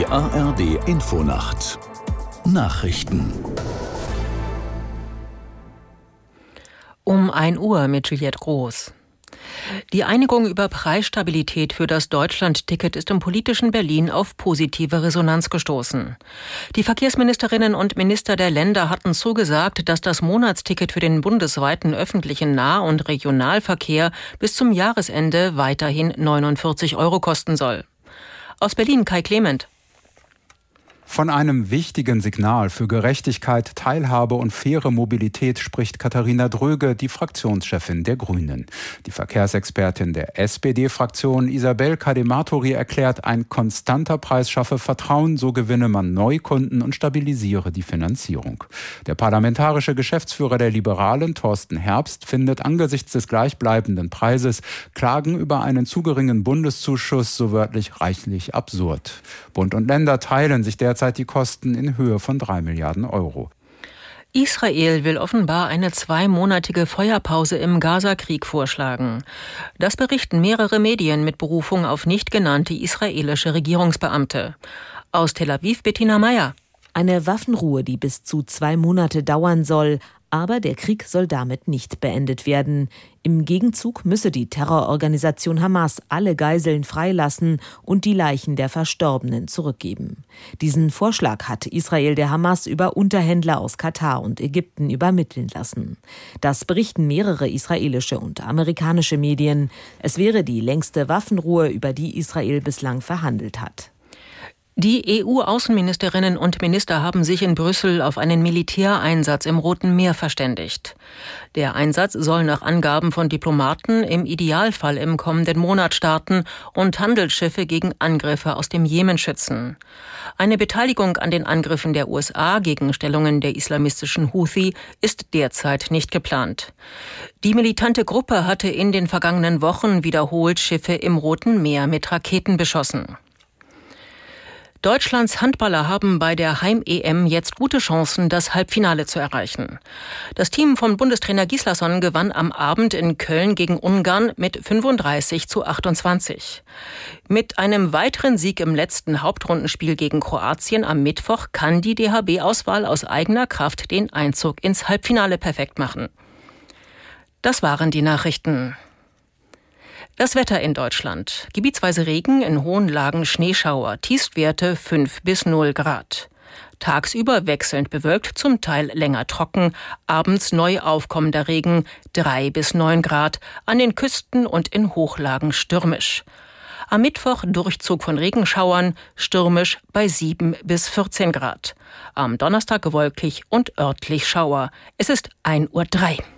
ARD Infonacht Nachrichten. Um 1 Uhr mit Juliette Groß. Die Einigung über Preisstabilität für das Deutschland-Ticket ist im politischen Berlin auf positive Resonanz gestoßen. Die Verkehrsministerinnen und Minister der Länder hatten zugesagt, dass das Monatsticket für den bundesweiten öffentlichen Nah- und Regionalverkehr bis zum Jahresende weiterhin 49 € kosten soll. Aus Berlin Kai Clement. Von einem wichtigen Signal für Gerechtigkeit, Teilhabe und faire Mobilität spricht Katharina Dröge, die Fraktionschefin der Grünen. Die Verkehrsexpertin der SPD-Fraktion Isabel Cadematori erklärt, ein konstanter Preis schaffe Vertrauen, so gewinne man Neukunden und stabilisiere die Finanzierung. Der parlamentarische Geschäftsführer der Liberalen, Thorsten Herbst, findet angesichts des gleichbleibenden Preises Klagen über einen zu geringen Bundeszuschuss so wörtlich reichlich absurd. Bund und Länder teilen sich derzeit die Kosten in Höhe von 3 Milliarden €. Israel will offenbar eine 2-monatige Feuerpause im Gaza-Krieg vorschlagen. Das berichten mehrere Medien mit Berufung auf nicht genannte israelische Regierungsbeamte. Aus Tel Aviv Bettina Meyer. Eine Waffenruhe, die bis zu 2 Monate dauern soll. Aber der Krieg soll damit nicht beendet werden. Im Gegenzug müsse die Terrororganisation Hamas alle Geiseln freilassen und die Leichen der Verstorbenen zurückgeben. Diesen Vorschlag hat Israel der Hamas über Unterhändler aus Katar und Ägypten übermitteln lassen. Das berichten mehrere israelische und amerikanische Medien. Es wäre die längste Waffenruhe, über die Israel bislang verhandelt hat. Die EU-Außenministerinnen und Minister haben sich in Brüssel auf einen Militäreinsatz im Roten Meer verständigt. Der Einsatz soll nach Angaben von Diplomaten im Idealfall im kommenden Monat starten und Handelsschiffe gegen Angriffe aus dem Jemen schützen. Eine Beteiligung an den Angriffen der USA gegen Stellungen der islamistischen Houthi ist derzeit nicht geplant. Die militante Gruppe hatte in den vergangenen Wochen wiederholt Schiffe im Roten Meer mit Raketen beschossen. Deutschlands Handballer haben bei der Heim-EM jetzt gute Chancen, das Halbfinale zu erreichen. Das Team von Bundestrainer Gislason gewann am Abend in Köln gegen Ungarn mit 35:28. Mit einem weiteren Sieg im letzten Hauptrundenspiel gegen Kroatien am Mittwoch kann die DHB-Auswahl aus eigener Kraft den Einzug ins Halbfinale perfekt machen. Das waren die Nachrichten. Das Wetter in Deutschland. Gebietsweise Regen, in hohen Lagen Schneeschauer, Tiefstwerte 5 bis 0 Grad. Tagsüber wechselnd bewölkt, zum Teil länger trocken, abends neu aufkommender Regen 3 bis 9 Grad, an den Küsten und in Hochlagen stürmisch. Am Mittwoch Durchzug von Regenschauern, stürmisch bei 7 bis 14 Grad. Am Donnerstag wolkig und örtlich Schauer. Es ist 1:03 Uhr.